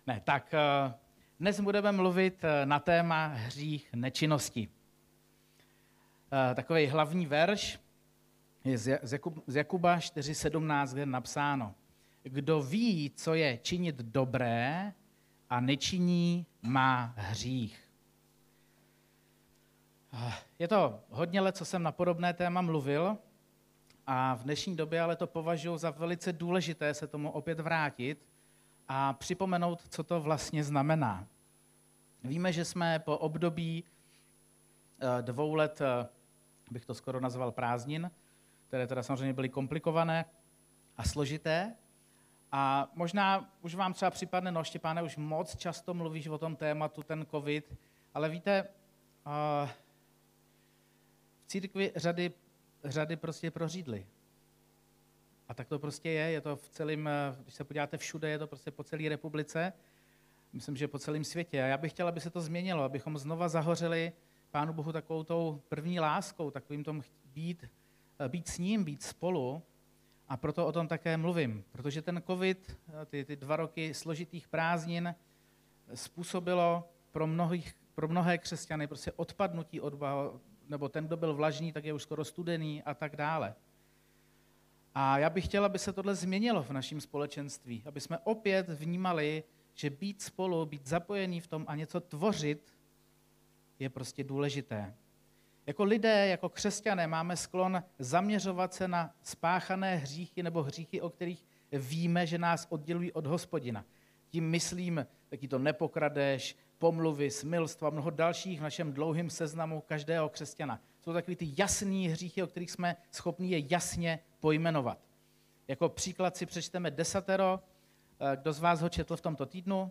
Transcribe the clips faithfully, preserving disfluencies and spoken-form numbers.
Ne, tak dnes budeme mluvit na téma hřích nečinnosti. Takový hlavní verš je z Jakuba čtyři sedmnáct, kde je napsáno: Kdo ví, co je činit dobré a nečiní, má hřích. Je to hodně let, co jsem na podobné téma mluvil, a v dnešní době ale to považuji za velice důležité se tomu opět vrátit a připomenout, co to vlastně znamená. Víme, že jsme po období dvou let, bych to skoro nazval prázdnin, které teda samozřejmě byly komplikované a složité. A možná už vám třeba připadne, no Štěpáne, už moc často mluvíš o tom tématu, ten covid, ale víte, v církvi řady, řady prostě prořídly. A tak to prostě je, je to v celém, když se podíváte všude, je to prostě po celé republice, myslím, že po celém světě. A já bych chtěl, aby se to změnilo, abychom znova zahořili Pánu Bohu takovou tou první láskou, takovým tom být, být s ním, být spolu. A proto o tom také mluvím, protože ten covid, ty, ty dva roky složitých prázdnin způsobilo pro, mnohých, pro mnohé křesťany prostě odpadnutí od Boha, nebo ten, kdo byl vlažný, tak je už skoro studený a tak dále. A já bych chtěl, aby se tohle změnilo v našem společenství, aby jsme opět vnímali, že být spolu, být zapojený v tom a něco tvořit je prostě důležité. Jako lidé, jako křesťané máme sklon zaměřovat se na spáchané hříchy nebo hříchy, o kterých víme, že nás oddělují od Hospodina. Tím myslím, taky to nepokradeš, pomluvy, smilstva, mnoho dalších v našem dlouhém seznamu každého křesťana. Jsou takový ty jasný hříchy, o kterých jsme schopni je jasně pojmenovat. Jako příklad si přečteme desatero. Kdo z vás ho četl v tomto týdnu?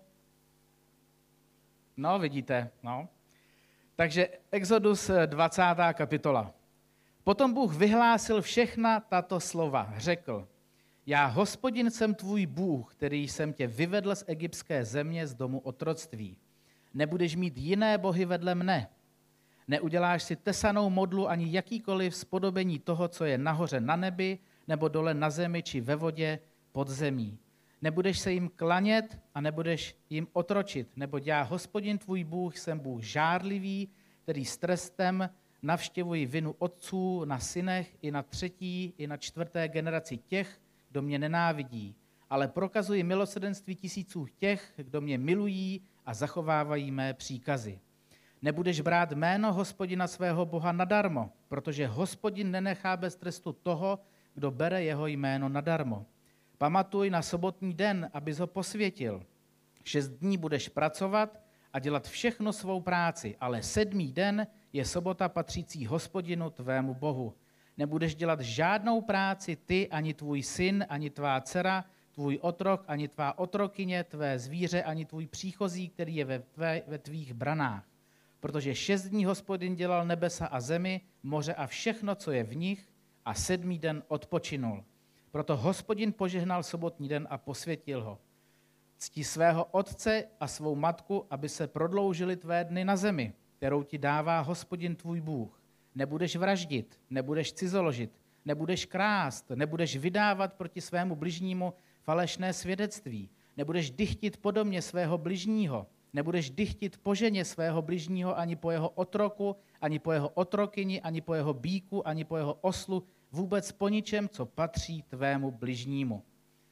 No, vidíte, no. Takže Exodus dvacátá kapitola. Potom Bůh vyhlásil všechna tato slova. Řekl: Já, Hospodin, jsem tvůj Bůh, který jsem tě vyvedl z egyptské země, z domu otroctví. Nebudeš mít jiné bohy vedle mne. Neuděláš si tesanou modlu ani jakýkoliv spodobení toho, co je nahoře na nebi, nebo dole na zemi, či ve vodě pod zemí. Nebudeš se jim klanět a nebudeš jim otročit, neboť já, Hospodin tvůj Bůh, jsem Bůh žárlivý, který s trestem navštěvuji vinu otců na synech i na třetí, i na čtvrté generaci těch, kdo mě nenávidí, ale prokazuji milosrdenství tisíců těch, kdo mě milují a zachovávají mé příkazy. Nebudeš brát jméno Hospodina svého Boha nadarmo, protože Hospodin nenechá bez trestu toho, kdo bere jeho jméno nadarmo. Pamatuj na sobotní den, abys ho posvětil. Šest dní budeš pracovat a dělat všechno svou práci, ale sedmý den je sobota patřící Hospodinu tvému Bohu. Nebudeš dělat žádnou práci ty, ani tvůj syn, ani tvá dcera, tvůj otrok, ani tvá otrokyně, tvé zvíře, ani tvůj příchozí, který je ve, tvé, ve tvých branách. Protože šest dní Hospodin dělal nebesa a zemi, moře a všechno, co je v nich, a sedmý den odpočinul. Proto Hospodin požehnal sobotní den a posvětil ho. Cti svého otce a svou matku, aby se prodloužily tvé dny na zemi, kterou ti dává Hospodin tvůj Bůh. Nebudeš vraždit, nebudeš cizoložit, nebudeš krást, nebudeš vydávat proti svému bližnímu falešné svědectví, nebudeš dychtit po domě svého bližního, nebudeš dychtit po ženě svého bližního ani po jeho otroku, ani po jeho otrokyni, ani po jeho býku, ani po jeho oslu, vůbec po ničem, co patří tvému bližnímu.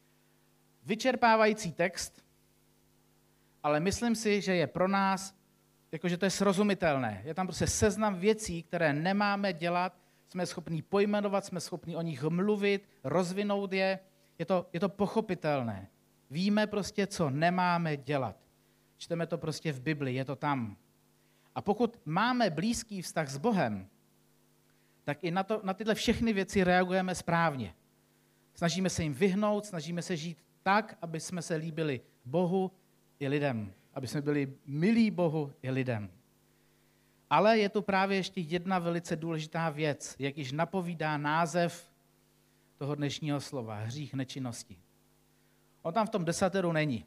Vyčerpávající text, ale myslím si, že je pro nás, jakože to je srozumitelné. Je tam prostě seznam věcí, které nemáme dělat, jsme schopni pojmenovat, jsme schopni o nich mluvit, rozvinout je. Je to, je to pochopitelné. Víme prostě, co nemáme dělat. Čteme to prostě v Bibli, je to tam. A pokud máme blízký vztah s Bohem, tak i na, to, na tyhle všechny věci reagujeme správně. Snažíme se jim vyhnout, snažíme se žít tak, aby jsme se líbili Bohu i lidem. Aby jsme byli milí Bohu i lidem. Ale je tu právě ještě jedna velice důležitá věc, jak již napovídá název toho dnešního slova, hřích nečinnosti. On tam v tom desateru není.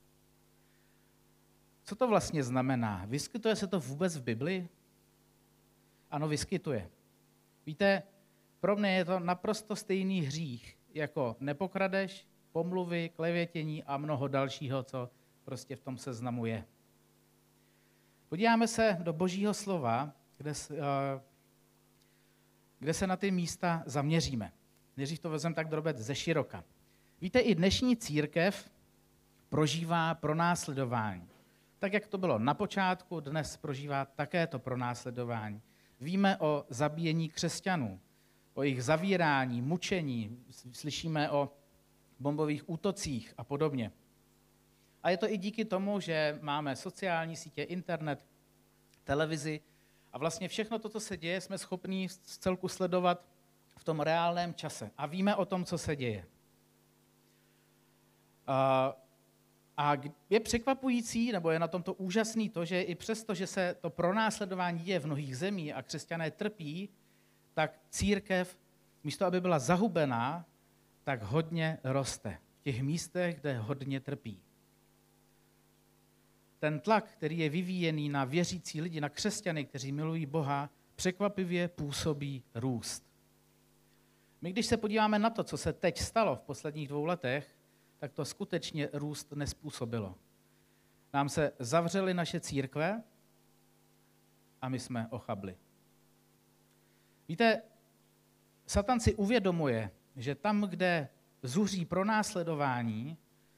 Co to vlastně znamená? Vyskytuje se to vůbec v Bibli? Ano, vyskytuje. Víte, pro mě je to naprosto stejný hřích, jako nepokradeš, pomluvy, klevětění a mnoho dalšího, co prostě v tom seznamu je. Podíváme se do Božího slova, kde, kde se na ty místa zaměříme. Nejdřív to vezmeme tak drobec ze široka. Víte, i dnešní církev prožívá pronásledování. Tak, jak to bylo na počátku, dnes prožívá také to pronásledování. Víme o zabíjení křesťanů, o jejich zavírání, mučení, slyšíme o bombových útocích a podobně. A je to i díky tomu, že máme sociální sítě, internet, televizi a vlastně všechno to, co se děje, jsme schopni z celku sledovat v tom reálném čase. A víme o tom, co se děje. A je překvapující, nebo je na tomto úžasný to, že i přesto, že se to pronásledování děje v mnohých zemích a křesťané trpí, tak církev, místo aby byla zahubená, tak hodně roste v těch místech, kde hodně trpí. Ten tlak, který je vyvíjený na věřící lidi, na křesťany, kteří milují Boha, překvapivě působí růst. My, když se podíváme na to, co se teď stalo v posledních dvou letech, tak to skutečně růst nespůsobilo. Nám se zavřely naše církve a my jsme ochabli. Víte, Satan si uvědomuje, že tam, kde zuří pronásledování,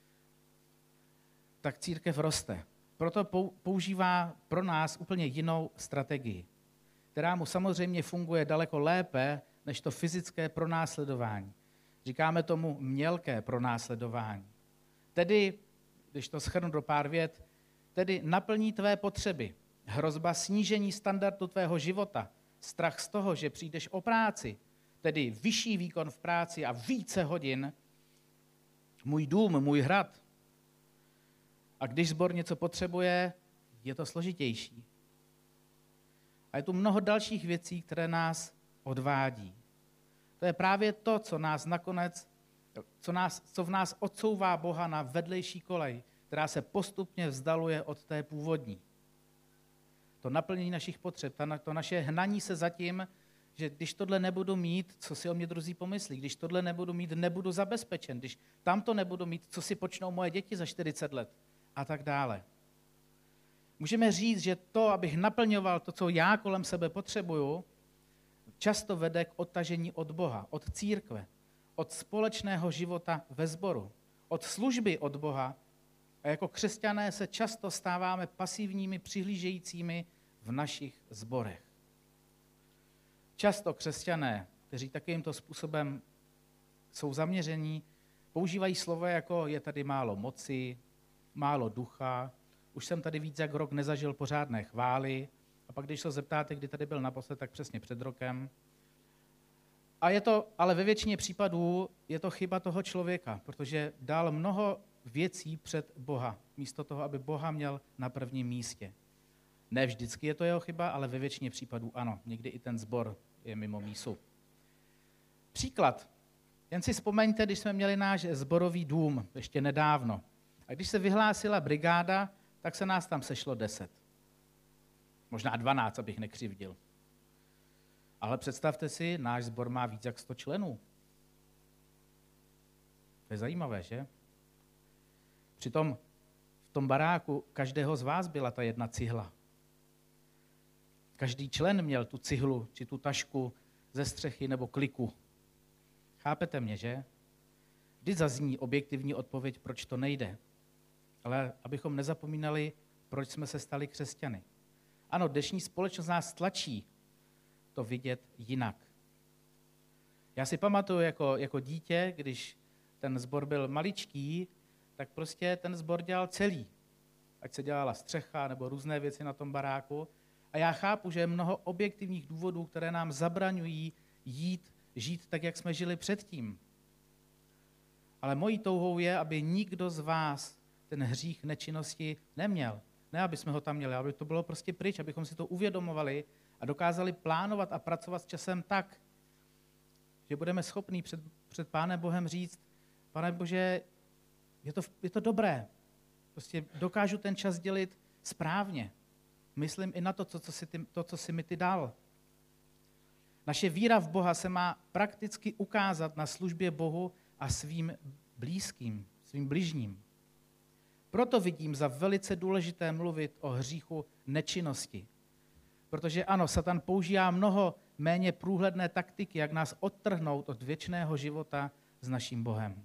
tak církev roste. Proto používá pro nás úplně jinou strategii, která mu samozřejmě funguje daleko lépe než to fyzické pronásledování. Říkáme tomu mělké pronásledování. Tedy, když to shrnu do pár vět, tedy naplní tvé potřeby, hrozba snížení standardu tvého života, strach z toho, že přijdeš o práci, tedy vyšší výkon v práci a více hodin, můj dům, můj hrad. A když sbor něco potřebuje, je to složitější. A je tu mnoho dalších věcí, které nás odvádí. To je právě to, co nás nakonec, co, nás, co v nás odsouvá Boha na vedlejší kolej, která se postupně vzdaluje od té původní. To naplnění našich potřeb, to naše hnaní se zatím, že když tohle nebudu mít, co si o mě druzí pomyslí, když tohle nebudu mít, nebudu zabezpečen, když tamto nebudu mít, co si počnou moje děti za čtyřicet let a tak dále. Můžeme říct, že to, abych naplňoval to, co já kolem sebe potřebuju, často vede k odtažení od Boha, od církve, od společného života ve sboru, od služby od Boha. A jako křesťané se často stáváme pasivními přihlížejícími v našich sborech. Často křesťané, kteří takovýmto způsobem jsou zaměření, používají slova jako je tady málo moci, málo ducha, už jsem tady víc jak rok nezažil pořádné chvály, a pak když se zeptáte, kdy tady byl naposled, tak přesně před rokem. A je to, ale ve většině případů je to chyba toho člověka, protože dal mnoho věcí před Boha, místo toho, aby Boha měl na prvním místě. Ne vždycky je to jeho chyba, ale ve většině případů ano. Někdy i ten sbor je mimo mísu. Příklad. Jen si vzpomeňte, když jsme měli náš sborový dům ještě nedávno. A když se vyhlásila brigáda, tak se nás tam sešlo deset. Možná dvanáct, abych nekřivdil. Ale představte si, náš sbor má víc jak sto členů. To je zajímavé, že? Přitom v tom baráku každého z vás byla ta jedna cihla. Každý člen měl tu cihlu, či tu tašku ze střechy nebo kliku. Chápete mě, že? Vždy zazní objektivní odpověď, proč to nejde. Ale abychom nezapomínali, proč jsme se stali křesťany. Ano, dnešní společnost nás tlačí to vidět jinak. Já si pamatuju jako, jako dítě, když ten sbor byl maličký, tak prostě ten sbor dělal celý. Ať se dělala střecha nebo různé věci na tom baráku. A já chápu, že je mnoho objektivních důvodů, které nám zabraňují jít, žít tak, jak jsme žili předtím. Ale mojí touhou je, aby nikdo z vás ten hřích nečinnosti neměl. Ne, aby jsme ho tam měli, aby to bylo prostě pryč, abychom si to uvědomovali a dokázali plánovat a pracovat s časem tak, že budeme schopní před, před Pánem Bohem říct, Pane Bože, je to, je to dobré. Prostě dokážu ten čas dělit správně. Myslím i na to, to co, si ty, to, co jsi mi ty dal. Naše víra v Boha se má prakticky ukázat na službě Bohu a svým blízkým, svým bližním. Proto vidím za velice důležité mluvit o hříchu nečinnosti. Protože ano, Satan používá mnoho méně průhledné taktiky, jak nás odtrhnout od věčného života s naším Bohem.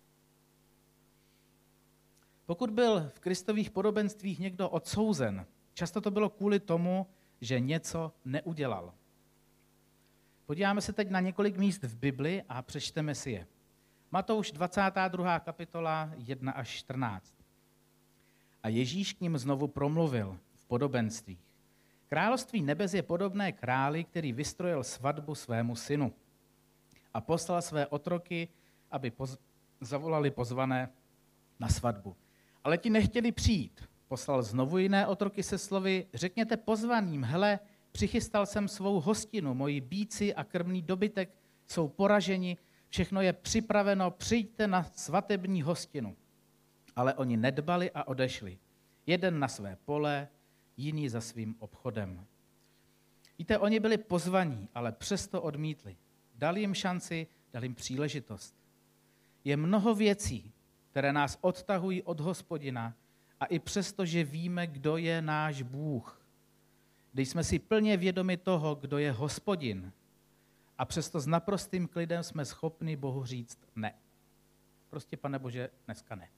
Pokud byl v Kristových podobenstvích někdo odsouzen, často to bylo kvůli tomu, že něco neudělal. Podíváme se teď na několik míst v Bibli a přečteme si je. Matouš dvacátá druhá kapitola jedna až čtrnáct. A Ježíš k ním znovu promluvil v podobenstvích. Království nebes je podobné králi, který vystrojil svatbu svému synu a poslal své otroky, aby poz- zavolali pozvané na svatbu. Ale ti nechtěli přijít. Poslal znovu jiné otroky se slovy, řekněte pozvaným, hele, přichystal jsem svou hostinu, moji býci a krmný dobytek jsou poraženi, všechno je připraveno, přijďte na svatební hostinu. Ale oni nedbali a odešli. Jeden na své pole, jiný za svým obchodem. Víte, oni byli pozvaní, ale přesto odmítli. Dali jim šanci, dali jim příležitost. Je mnoho věcí, které nás odtahují od Hospodina a i přesto, že víme, kdo je náš Bůh. Když jsme si plně vědomi toho, kdo je Hospodin, a přesto s naprostým klidem jsme schopni Bohu říct ne. Prostě, Pane Bože, dneska ne.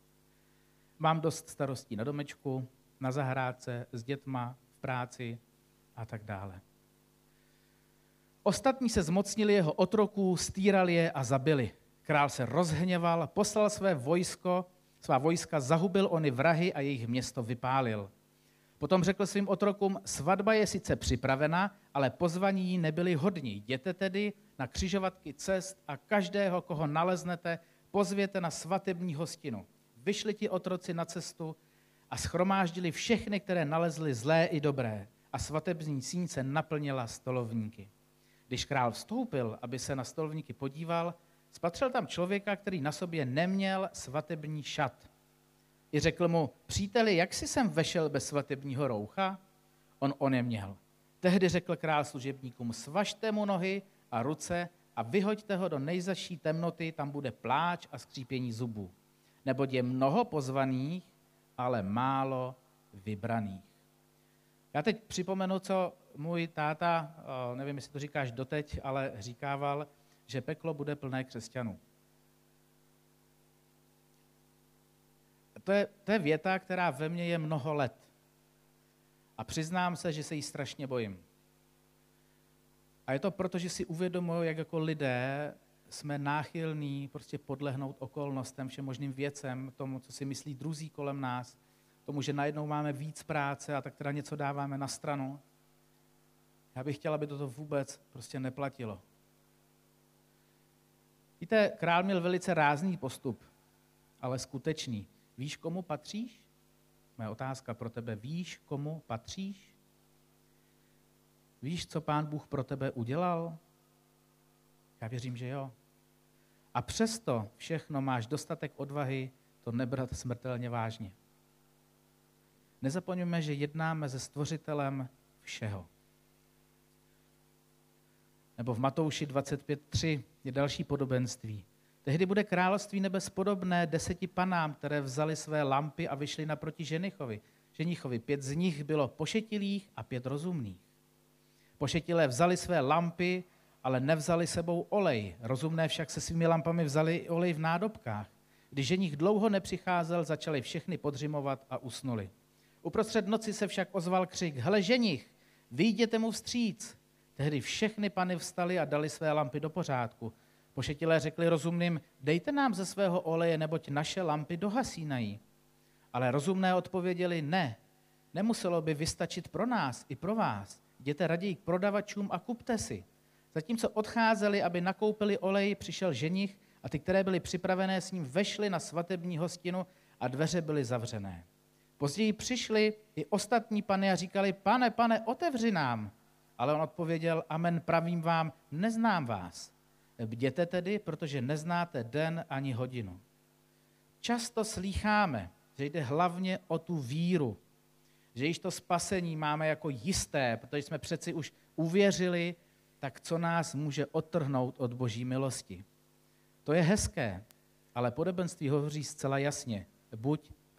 Mám dost starostí na domečku, na zahrádce, s dětma, v práci a tak dále. Ostatní se zmocnili jeho otroků, stírali je a zabili. Král se rozhněval, poslal své vojsko, svá vojska, zahubil ony vrahy a jejich město vypálil. Potom řekl svým otrokům, svatba je sice připravena, ale pozvaní jí nebyli hodní. Jděte tedy na křižovatky cest a každého, koho naleznete, pozvěte na svatební hostinu. Vyšli ti otroci na cestu a shromáždili všechny, které nalezli zlé i dobré. A svatební síň se naplnila stolovníky. Když král vstoupil, aby se na stolovníky podíval, spatřil tam člověka, který na sobě neměl svatební šat. I řekl mu, příteli, jak jsi sem vešel bez svatebního roucha? On o neměl. Tehdy řekl král služebníkům, svažte mu nohy a ruce a vyhoďte ho do nejzaší temnoty, tam bude pláč a skřípění zubů. Neboť je mnoho pozvaných, ale málo vybraných. Já teď připomenu, co můj táta, nevím, jestli to říkáš doteď, ale říkával, že peklo bude plné křesťanů. To je, to je věta, která ve mně je mnoho let. A přiznám se, že se jí strašně bojím. A je to proto, že si uvědomuji, jak jako lidé jsme náchylní prostě podlehnout okolnostem, všem možným věcem, tomu, co si myslí druzí kolem nás, tomu, že najednou máme víc práce a tak teda něco dáváme na stranu. Já bych chtěl, aby toto vůbec prostě neplatilo. Víte, král měl velice rázný postup, ale skutečný. Víš, komu patříš? Moje otázka pro tebe. Víš, komu patříš? Víš, co Pán Bůh pro tebe udělal? Já věřím, že jo. A přesto všechno máš dostatek odvahy to nebrat smrtelně vážně. Nezapomeňme, že jednáme se Stvořitelem všeho. Nebo v Matouši dvacet pět tři je další podobenství. Tehdy bude království nebes podobné deseti panám, které vzali své lampy a vyšli naproti ženichovi. Ženichovi. Pět z nich bylo pošetilých a pět rozumných. Pošetilé vzali své lampy, ale nevzali sebou olej. Rozumné však se svými lampami vzali olej v nádobkách. Když ženich dlouho nepřicházel, začali všechny podřimovat a usnuli. Uprostřed noci se však ozval křik, hele ženich, vyjděte mu vstříc. Tehdy všechny pany vstaly a dali své lampy do pořádku. Pošetilé řekli rozumným, dejte nám ze svého oleje, neboť naše lampy dohasínají. Ale rozumné odpověděli, ne, nemuselo by vystačit pro nás i pro vás. Jděte raději k prodavačům a kupte si. Zatímco odcházeli, aby nakoupili olej, přišel ženich a ty, které byly připravené s ním, vešly na svatební hostinu a dveře byly zavřené. Později přišli i ostatní pany a říkali, pane, pane, otevři nám. Ale on odpověděl, amen, pravím vám, neznám vás. Bděte tedy, protože neznáte den ani hodinu. Často slýcháme, že jde hlavně o tu víru, že již to spasení máme jako jisté, protože jsme přeci už uvěřili, tak co nás může odtrhnout od Boží milosti. To je hezké, ale podobenství hovoří zcela jasně. Buď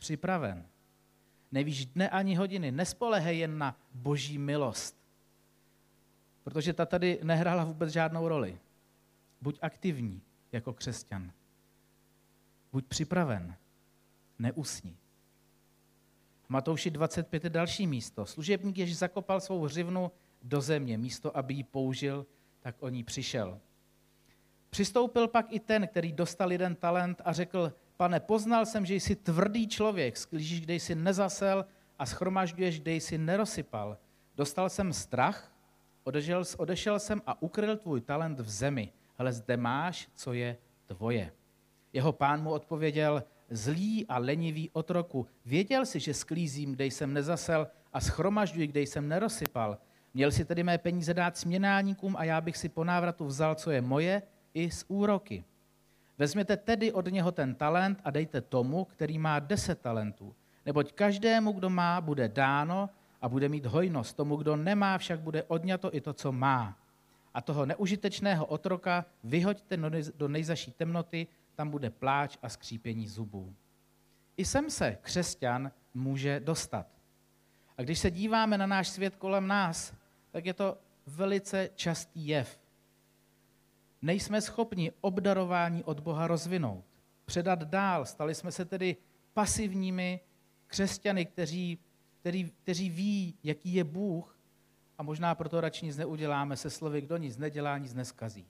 připraven. Nevíš dne ani hodiny, nespolehej jen na boží milost. Protože ta tady nehrála vůbec žádnou roli. Buď aktivní jako křesťan. Buď připraven, neusni. V Matouši dvacet pět je další místo. Služebník, jež zakopal svou hřivnu do země, místo aby ji použil, tak o ní přišel. Přistoupil pak i ten, který dostal jeden talent a řekl, pane, poznal jsem, že jsi tvrdý člověk, sklížíš, kde jsi nezasel a schromažďuješ, kde jsi nerozsypal. Dostal jsem strach, odešel, odešel jsem a ukryl tvůj talent v zemi. Hele, zde máš, co je tvoje. Jeho pán mu odpověděl, zlý a lenivý otroku, věděl jsi, že sklízím, kde jsem nezasel a schromažďuji, kde jsem nerozsypal. Měl si tedy mé peníze dát směnáníkům a já bych si po návratu vzal, co je moje, i z úroky. Vezměte tedy od něho ten talent a dejte tomu, který má deset talentů. Neboť každému, kdo má, bude dáno a bude mít hojnost. Tomu, kdo nemá, však bude odňato i to, co má. A toho neužitečného otroka vyhoďte do nejzaší temnoty, tam bude pláč a skřípění zubů. I sem se křesťan může dostat. A když se díváme na náš svět kolem nás, tak je to velice častý jev. Nejsme schopni obdarování od Boha rozvinout, předat dál. Stali jsme se tedy pasivními křesťany, kteří, kteří, kteří ví, jaký je Bůh, a možná proto radši nic neuděláme se slovy, kdo nic nedělá, nic neskazí.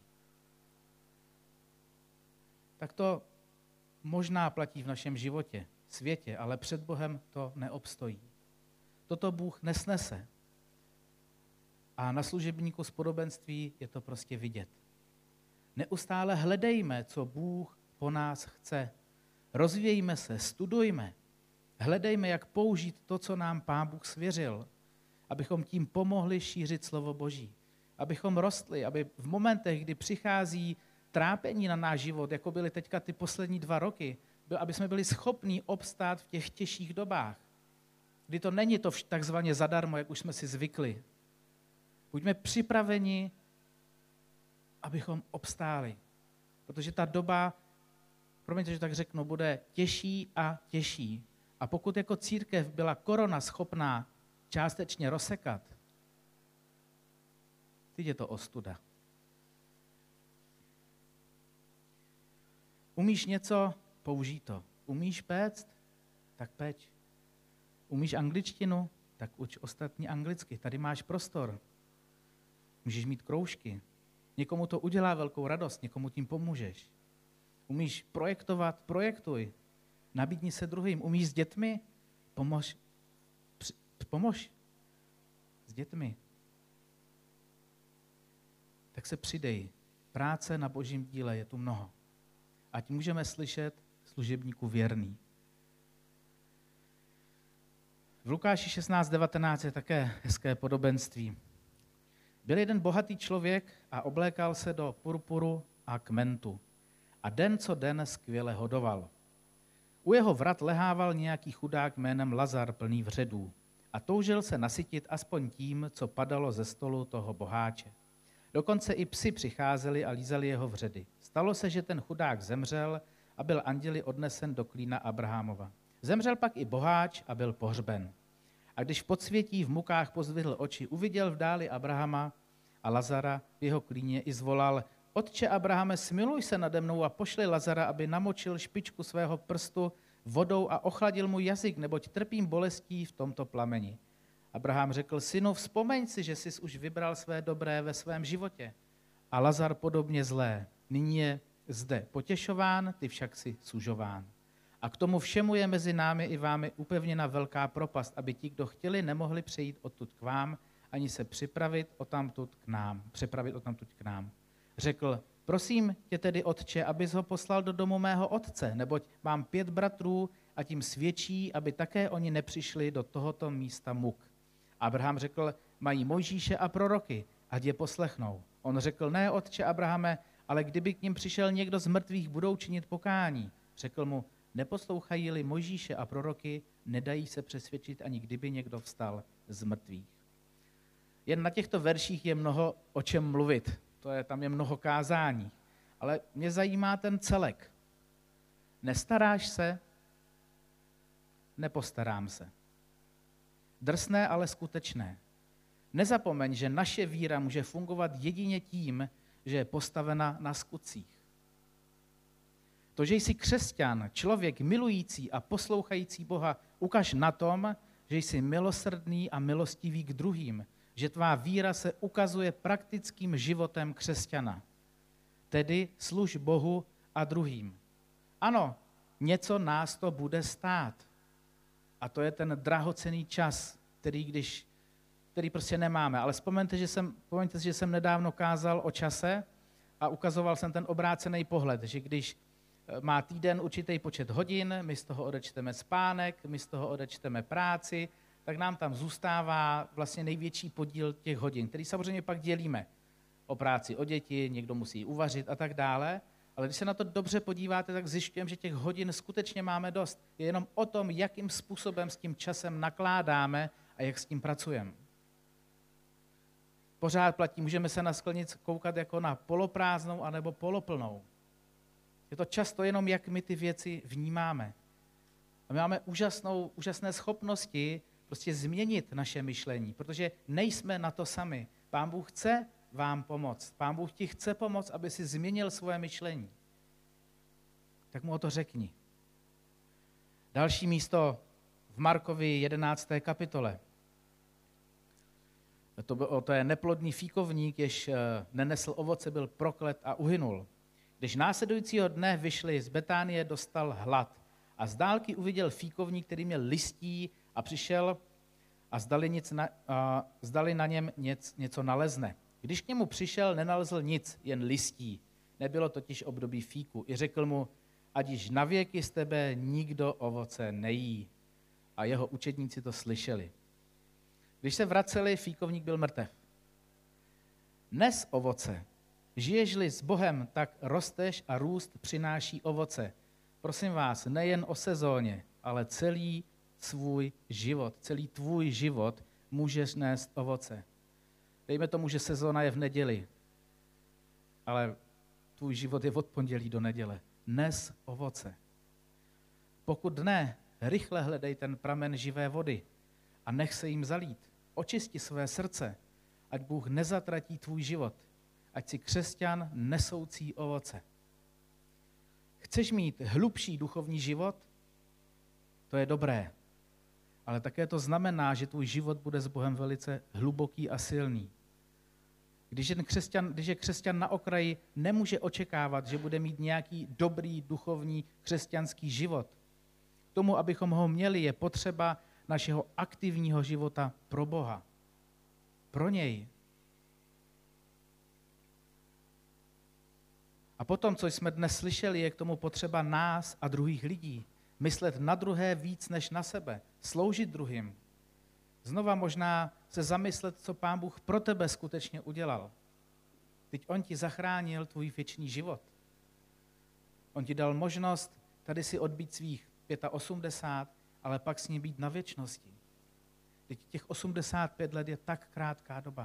Tak to možná platí v našem životě, světě, ale před Bohem to neobstojí. Toto Bůh nesnese. A na služebníku z podobenství je to prostě vidět. Neustále hledejme, co Bůh po nás chce. Rozvíjejme se, studujme. Hledejme, jak použít to, co nám Pán Bůh svěřil, abychom tím pomohli šířit slovo Boží. Abychom rostli, aby v momentech, kdy přichází trápení na náš život, jako byly teďka ty poslední dva roky, aby jsme byli schopni obstát v těch těžších dobách, kdy to není to takzvaně zadarmo, jak už jsme si zvykli. Buďme připraveni, abychom obstáli. Protože ta doba, promiňte, že tak řeknu, bude těžší a těžší. A pokud jako církev byla korona schopná částečně rozsekat, teď je to ostuda. Umíš něco? Použij to. Umíš péct? Tak peč. Umíš angličtinu? Tak uč ostatní anglicky. Tady máš prostor. Můžeš mít kroužky. Někomu to udělá velkou radost, někomu tím pomůžeš. Umíš projektovat? Projektuj. Nabídni se druhým. Umíš s dětmi? Pomož. Pomož s dětmi. Tak se přidej. Práce na Božím díle je tu mnoho. Ať můžeme slyšet služebníku věrný. V Lukáši šestnáct devatenáct je také hezké podobenství. Byl jeden bohatý člověk a oblékal se do purpuru a kmentu. A den co den skvěle hodoval. U jeho vrat lehával nějaký chudák jménem Lazar plný vředů a toužil se nasytit aspoň tím, co padalo ze stolu toho boháče. Dokonce i psi přicházeli a lízali jeho vředy. Stalo se, že ten chudák zemřel a byl anděli odnesen do klína Abrahamova. Zemřel pak i boháč a byl pohřben. A když v podsvětí v mukách pozdvihl oči, uviděl v dáli Abrahama a Lazara v jeho klíně i zvolal: Otče Abrahame, smiluj se nade mnou a pošli Lazara, aby namočil špičku svého prstu vodou a ochladil mu jazyk, neboť trpím bolestí v tomto plameni. Abraham řekl: Synu, vzpomeň si, že jsi už vybral své dobré ve svém životě. A Lazar podobně zlé. Nyní je zde potěšován, ty však si sužován. A k tomu všemu je mezi námi i vámi upevněna velká propast, aby ti, kdo chtěli, nemohli přejít odtud k vám, ani se připravit odtamtud k nám. Přepravit odtamtud k nám. Řekl: Prosím tě tedy, otče, abys ho poslal do domu mého otce, neboť mám pět bratrů a tím svědčí, aby také oni nepřišli do tohoto místa muk. Abraham řekl: Mají Mojžíše a proroky, ať je poslechnou. On řekl: Ne, otče Abrahame, ale kdyby k nim přišel někdo z mrtvých, budou činit pokání. Řekl mu: Neposlouchají-li Mojžíše a proroky, nedají se přesvědčit, ani kdyby někdo vstal z mrtvých. Jen na těchto verších je mnoho o čem mluvit. To je, tam je mnoho kázání. Ale mě zajímá ten celek. Nestaráš se nepostarám se. Drsné, ale skutečné. Nezapomeň, že naše víra může fungovat jedině tím, že je postavena na skutcích. To, že jsi křesťan, člověk milující a poslouchající Boha, ukaž na tom, že jsi milosrdný a milostivý k druhým, že tvá víra se ukazuje praktickým životem křesťana, tedy služ Bohu a druhým. Ano, něco nás to bude stát. A to je ten drahocenný čas, který, když, který prostě nemáme. Ale vzpomeňte, že jsem, vzpomeňte si, že jsem nedávno kázal o čase a ukazoval jsem ten obrácený pohled, že když má týden určitý počet hodin, my z toho odečteme spánek, my z toho odečteme práci, tak nám tam zůstává vlastně největší podíl těch hodin, který samozřejmě pak dělíme o práci, o děti, někdo musí uvařit a tak dále. Ale když se na to dobře podíváte, tak zjišťujeme, že těch hodin skutečně máme dost. Je jenom o tom, jakým způsobem s tím časem nakládáme a jak s tím pracujeme. Pořád platí, můžeme se na sklenici koukat jako na poloprázdnou anebo poloplnou. Je to často jenom, jak my ty věci vnímáme. A my máme úžasnou, úžasné schopnosti prostě změnit naše myšlení, protože nejsme na to sami. Pán Bůh chce vám pomoct. Pán Bůh ti chce pomoct, aby si změnil svoje myšlení. Tak mu o to řekni. Další místo v Markovi jedenácté kapitole. To, to je neplodný fíkovník, jež nenesl ovoce, byl proklet a uhynul. Když následujícího dne vyšli z Betánie, dostal hlad a z dálky uviděl fíkovník, který měl listí a přišel a zdali, nic na, a zdali na něm něc, něco nalezne. Když k němu přišel, nenalezl nic, jen listí. Nebylo totiž období fíku. I řekl mu, ať již navěky z tebe nikdo ovoce nejí. A jeho učedníci to slyšeli. Když se vraceli, fíkovník byl mrtev. Nes ovoce. Žiješ-li s Bohem, tak rosteš a růst přináší ovoce. Prosím vás, nejen o sezóně, ale celý svůj život, celý tvůj život můžeš nést ovoce. Dejme tomu, že sezóna je v neděli, ale tvůj život je od pondělí do neděle. Nes ovoce. Pokud ne, rychle hledej ten pramen živé vody a nech se jim zalít. Očisti své srdce, ať Bůh nezatratí tvůj život. Ať si křesťan nesoucí ovoce. Chceš mít hlubší duchovní život? To je dobré. Ale také to znamená, že tvůj život bude s Bohem velice hluboký a silný. Když je křesťan, když je křesťan na okraji, nemůže očekávat, že bude mít nějaký dobrý duchovní křesťanský život. K tomu, abychom ho měli, je potřeba našeho aktivního života pro Boha. Pro něj. A potom, co jsme dnes slyšeli, je k tomu potřeba nás a druhých lidí. Myslet na druhé víc než na sebe. Sloužit druhým. Znova možná se zamyslet, co Pán Bůh pro tebe skutečně udělal. Teď on ti zachránil tvůj věčný život. On ti dal možnost tady si odbít svých osmdesát pět, ale pak s ním být na věčnosti. Teď těch osmdesát pět let je tak krátká doba.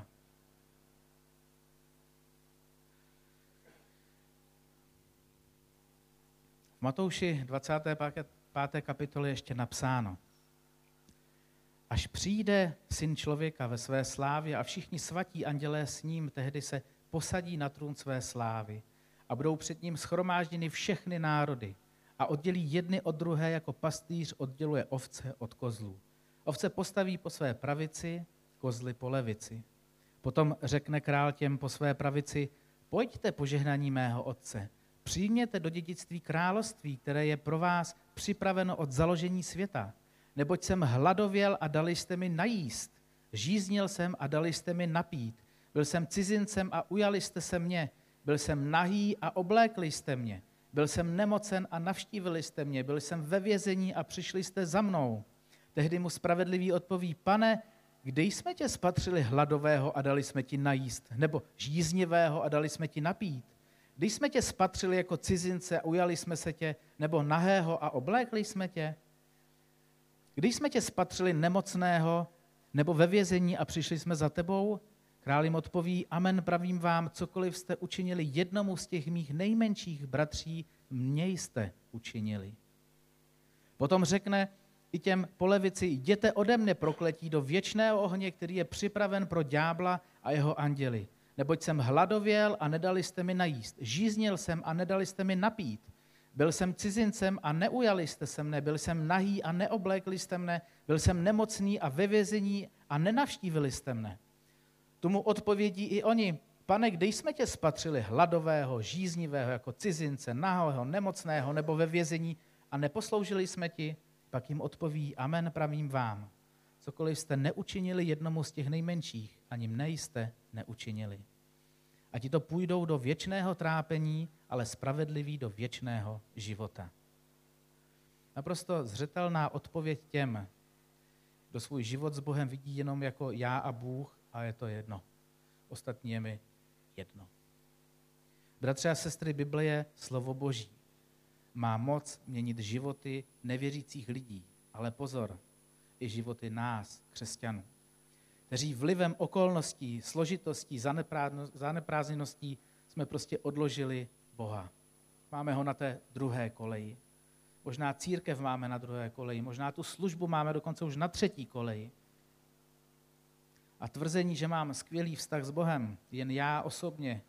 V Matouši dvacáté páté kapitole ještě napsáno. Až přijde Syn člověka ve své slávě a všichni svatí andělé s ním, tehdy se posadí na trůn své slávy a budou před ním shromážděny všechny národy a oddělí jedny od druhé, jako pastýř odděluje ovce od kozlů. Ovce postaví po své pravici, kozly po levici. Potom řekne král těm po své pravici, pojďte požehnaní mého otce, přijměte do dědictví království, které je pro vás připraveno od založení světa. Neboť jsem hladověl a dali jste mi najíst, žíznil jsem a dali jste mi napít, byl jsem cizincem a ujali jste se mě, byl jsem nahý a oblékli jste mě, byl jsem nemocen a navštívili jste mě, byl jsem ve vězení a přišli jste za mnou. Tehdy mu spravedlivý odpoví, pane, kde jsme tě spatřili hladového a dali jsme ti najíst, nebo žíznivého a dali jsme ti napít? Když jsme tě spatřili jako cizince a ujali jsme se tě, nebo nahého a oblékli jsme tě? Když jsme tě spatřili nemocného, nebo ve vězení a přišli jsme za tebou? Král jim odpoví, amen, pravím vám, cokoliv jste učinili jednomu z těch mých nejmenších bratří, mně jste učinili. Potom řekne, i těm po levici, jděte ode mne prokletí do věčného ohně, který je připraven pro ďábla a jeho anděli. Neboť jsem hladověl a nedali jste mi najíst. Žíznil jsem a nedali jste mi napít. Byl jsem cizincem a neujali jste se mne. Byl jsem nahý a neoblékli jste mne. Byl jsem nemocný a ve vězení a nenavštívili jste mne. Tomu odpovědí i oni, Pane, kde jsme tě spatřili hladového, žíznivého, jako cizince, nahého, nemocného nebo ve vězení a neposloužili jsme ti? Pak jim odpoví, amen, pravím vám. Cokoliv jste neučinili jednomu z těch nejmenších, ani mne jste neučinili. A ti to půjdou do věčného trápení, ale spravedliví do věčného života. Naprosto zřetelná odpověď těm, kdo svůj život s Bohem vidí jenom jako já a Bůh a je to jedno. Ostatní je mi jedno. Bratři a sestry, Bible je slovo Boží. Má moc měnit životy nevěřících lidí, ale pozor, i životy nás, křesťanů, kteří vlivem okolností, složitostí, zaneprázdněností jsme prostě odložili Boha. Máme ho na té druhé koleji. Možná církev máme na druhé koleji, možná tu službu máme dokonce už na třetí koleji. A tvrzení, že mám skvělý vztah s Bohem, jen já osobně,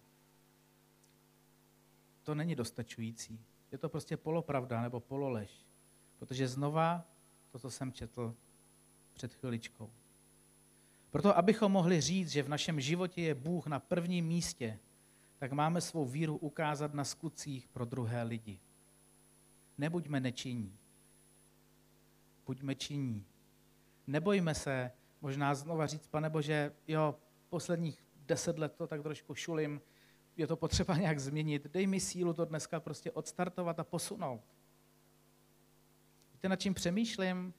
to není dostačující. Je to prostě polopravda nebo pololež. Protože znova to, co jsem četl před chviličkou. Proto, abychom mohli říct, že v našem životě je Bůh na prvním místě, tak máme svou víru ukázat na skutcích pro druhé lidi. Nebuďme nečinní. Buďme činní. Nebojme se možná znova říct, Pane Bože, jo, posledních deset let to tak trošku šulím, je to potřeba nějak změnit. Dej mi sílu to dneska prostě odstartovat a posunout. Víte, nad čím přemýšlím?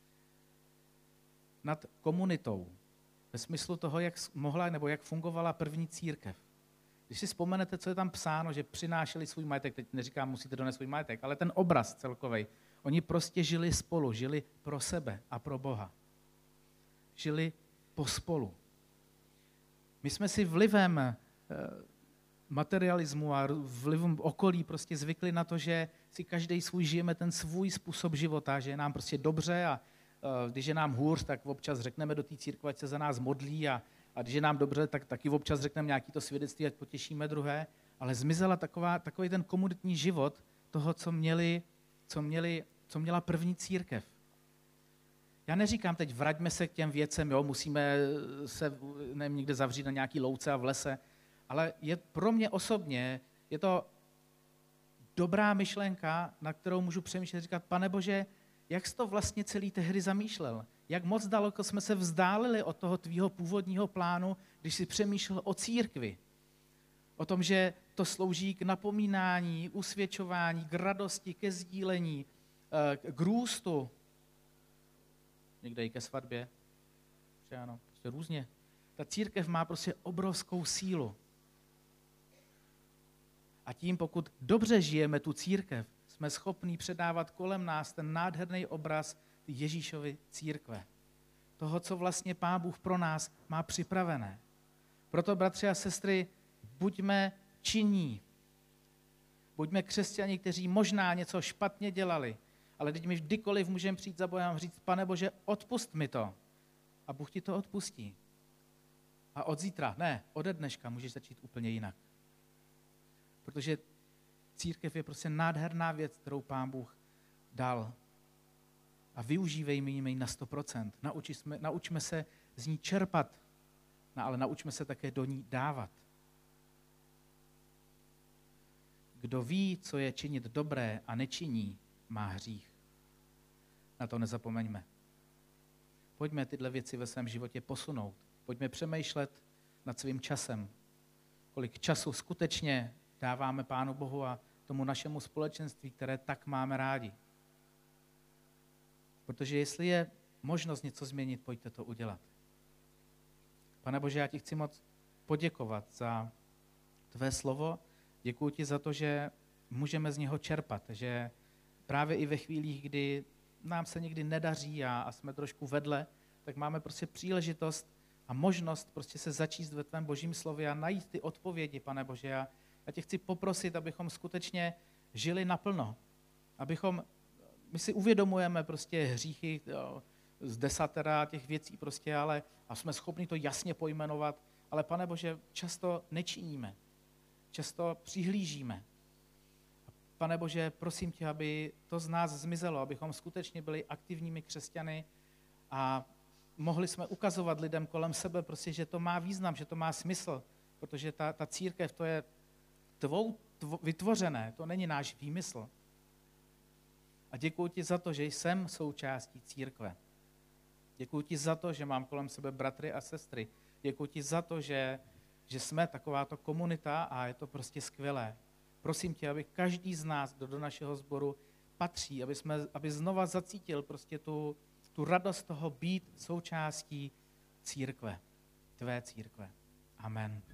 Nad komunitou. Ve smyslu toho, jak mohla nebo jak fungovala první církev. Když si vzpomenete, co je tam psáno, že přinášeli svůj majetek, teď neříkám, musíte donést svůj majetek, ale ten obraz celkovej. Oni prostě žili spolu, žili pro sebe a pro Boha. Žili pospolu. My jsme si vlivem eh, materialismu a vlivem okolí prostě zvykli na to, že si každý svůj žijeme ten svůj způsob života, že je nám prostě dobře a eh, když je nám hůř, tak občas řekneme do té církve, ať se za nás modlí a, a když je nám dobře, tak taky občas řekneme nějaký to svědectví, ať potěšíme druhé, ale zmizela taková, takový ten komunitní život toho, co měli, co měli, co měla první církev. Já neříkám teď, vraťme se k těm věcem, jo, musíme se nevím, někde zavřít na nějaký louce a v lese, ale je pro mě osobně, je to dobrá myšlenka, na kterou můžu přemýšlet, říkat, Pane Bože, jak jsi to vlastně celý tehdy zamýšlel? Jak moc daleko jsme se vzdálili od toho tvýho původního plánu, když jsi přemýšlel o církvi? O tom, že to slouží k napomínání, usvědčování, k radosti, ke sdílení, k růstu, někde i ke svatbě, že ano, prostě různě. Ta církev má prostě obrovskou sílu. A tím, pokud dobře žijeme tu církev, jsme schopní předávat kolem nás ten nádherný obraz Ježíšovy církve. Toho, co vlastně Pán Bůh pro nás má připravené. Proto, bratři a sestry, buďme činní. Buďme křesťani, kteří možná něco špatně dělali, ale teď my vždykoliv můžeme přijít za Bohem a říct, Pane Bože, odpust mi to. A Bůh ti to odpustí. A od zítra, ne, ode dneška můžeš začít úplně jinak. Protože církev je prostě nádherná věc, kterou Pán Bůh dal. A využívejme ji na sto procent. Naučme, naučme se z ní čerpat, no, ale naučme se také do ní dávat. Kdo ví, co je činit dobré a nečiní, má hřích. Na to nezapomeňme. Pojďme tyhle věci ve svém životě posunout. Pojďme přemýšlet nad svým časem. Kolik času skutečně dáváme Pánu Bohu a tomu našemu společenství, které tak máme rádi. Protože jestli je možnost něco změnit, pojďte to udělat. Pane Bože, já ti chci moc poděkovat za tvé slovo. Děkuji ti za to, že můžeme z něho čerpat, že právě i ve chvílích, kdy nám se někdy nedaří a, a jsme trošku vedle, tak máme prostě příležitost a možnost prostě se začíst ve tvém Božím slově a najít ty odpovědi, Pane Bože. Já, já tě chci poprosit, abychom skutečně žili naplno, abychom my si uvědomujeme prostě hříchy jo, z desatera těch věcí prostě, ale a jsme schopni to jasně pojmenovat, ale Pane Bože, často nečiníme, často přihlížíme. Pane Bože, prosím tě, aby to z nás zmizelo, abychom skutečně byli aktivními křesťany a mohli jsme ukazovat lidem kolem sebe, prostě, že to má význam, že to má smysl, protože ta, ta církev, to je tvou tvo, vytvořené, to není náš výmysl. A děkuji ti za to, že jsem součástí církve. Děkuji ti za to, že mám kolem sebe bratry a sestry. Děkuji ti za to, že, že jsme takováto komunita a je to prostě skvělé. Prosím tě, aby každý z nás, kdo do našeho sboru patří, aby, jsme, aby znova zacítil prostě tu, tu radost toho být součástí církve, tvé církve. Amen.